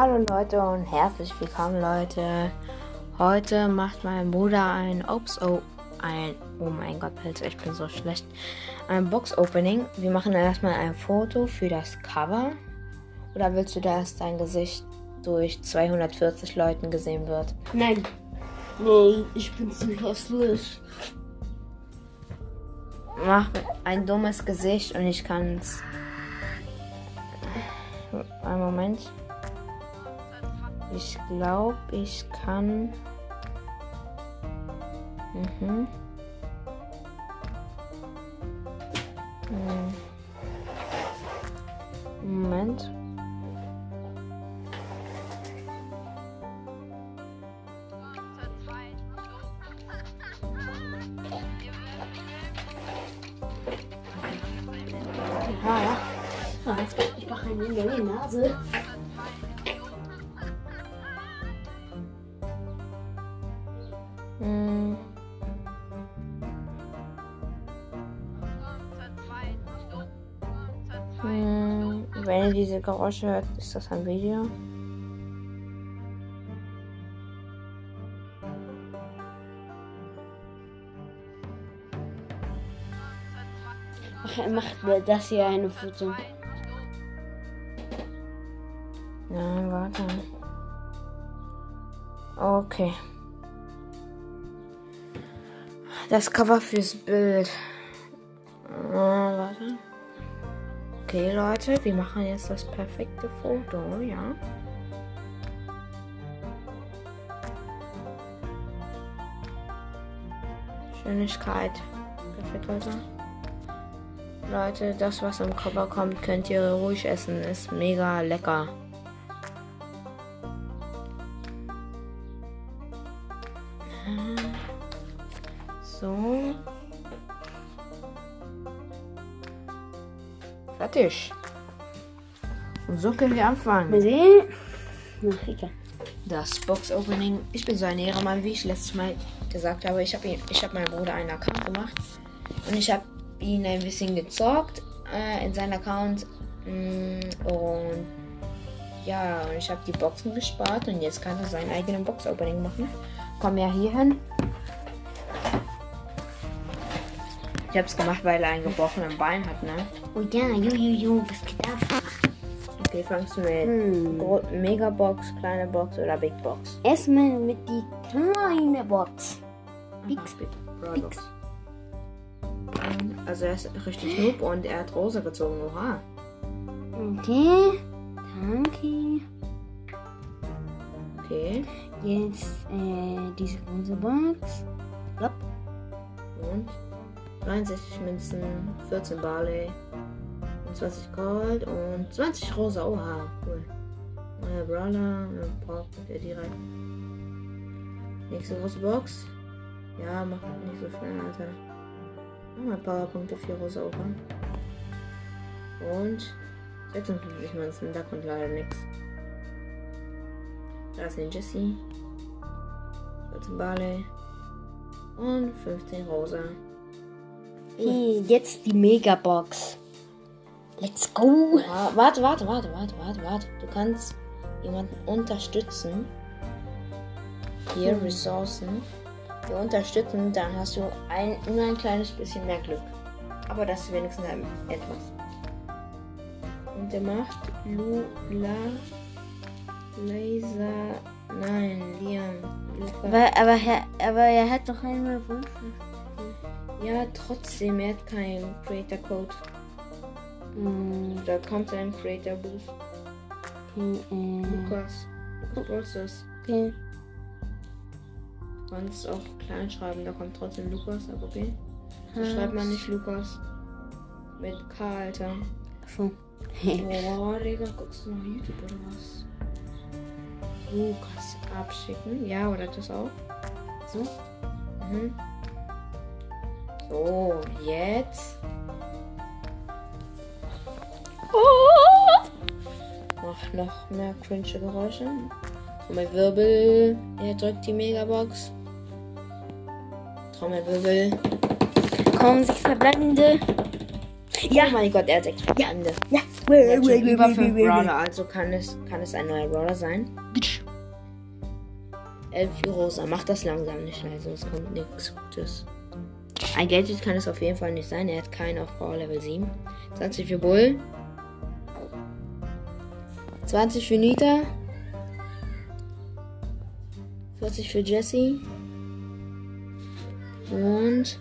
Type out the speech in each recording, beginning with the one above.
Hallo Leute und herzlich willkommen Leute. Heute macht mein Bruder oh mein Gott, Pilze, ich bin so schlecht. Ein Box-Opening. Wir machen dann erstmal ein Foto für das Cover. Oder willst du, dass dein Gesicht durch 240 Leuten gesehen wird? Nein, ich bin ziemlich hässlich. Mach ein dummes Gesicht und ich kann's. Einen Moment. Ich glaube, ich kann. Moment. Ja. Ich mache eine in die Nase. Wenn ihr diese Geräusche hört, ist das ein Video. Macht das hier eine Foto? Nein, warte. Okay. Das Cover fürs Bild. Warte. Okay, Leute, wir machen jetzt das perfekte Foto, ja. Schönigkeit. Perfekt, Leute. Leute, das, was im Cover kommt, könnt ihr ruhig essen. Ist mega lecker. So. Fertig. Und so können wir anfangen. Das Box-Opening. Ich bin so ein Ehrenmann, wie ich letztes Mal gesagt habe. Ich habe meinem Bruder einen Account gemacht. Und ich habe ihn ein bisschen gezockt in seinen Account. Und ja, und ich habe die Boxen gespart. Und jetzt kann er seinen eigenen Box-Opening machen. Komm ja hier hin. Ich habe es gemacht, weil er einen gebrochenen Bein hat, ne? Oh ja, was geht ab? Okay, fangst du mit Megabox, kleine Box oder Big Box? Erstmal mit die kleine Box. Big. Also er ist richtig noob und er hat rosa gezogen, oha. Okay, danke. Okay. Jetzt diese große Box. Hopp. Und 63 Münzen, 14 Barley, 20 Gold und 20 Rosa. Oha, cool. Neuer Brawler, braucht der direkt. Nächste große Box. Ja, macht nicht so schnell, Alter. Nochmal Powerpunkte für Rosa Oha. Und 56 Münzen, da kommt leider nichts. Da ist ein Jessie. 14 Barley. Und 15 Rosa. Okay, jetzt die Megabox. Let's go. Ja, warte. Du kannst jemanden unterstützen. Hier, Ressourcen. Wir unterstützen, dann hast du nur ein kleines bisschen mehr Glück. Aber das ist wenigstens etwas. Und der macht Liam. Aber er hat doch einen Wunsch. Ja, trotzdem, er hat keinen Creator Code. Da kommt ein Creator Boost. Lukas Brawlstars. Okay. Du kannst auch klein schreiben, da kommt trotzdem Lukas, aber okay. So schreibt man nicht Lukas. Mit K, Alter. So. Boah, Digga, guckst du noch YouTube oder was? Lukas abschicken. Ja, oder das auch? So. So, jetzt. Mach noch mehr cringe Geräusche. Trommelwirbel. Er drückt die Megabox. Trommelwirbel. Komm, 6 verbleibende. Ja. Oh mein Gott, er hat 6 Verbände. Ja. Er hat schon über 5 Brawler, also kann es ein neuer Brawler sein. 11 für Rosa. Mach das langsam nicht schnell, sonst kommt nichts Gutes. Ein Gadget kann es auf jeden Fall nicht sein. Er hat keinen auf Power Level 7. 20 für Bull. 20 für Nita. 40 für Jessie. Und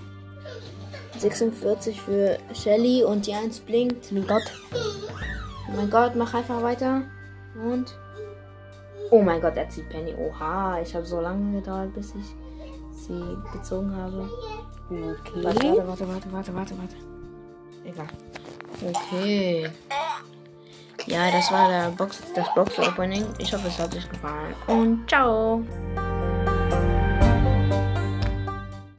46 für Shelly. Und die 1 blinkt. Mein Gott. Oh mein Gott, mach einfach weiter. Und... Oh mein Gott, er zieht Penny. Oha, ich habe so lange gedauert, bis ich sie gezogen habe. Okay. Warte. Egal. Okay. Ja, das war das Box-Opening. Ich hoffe, es hat euch gefallen. Und ciao.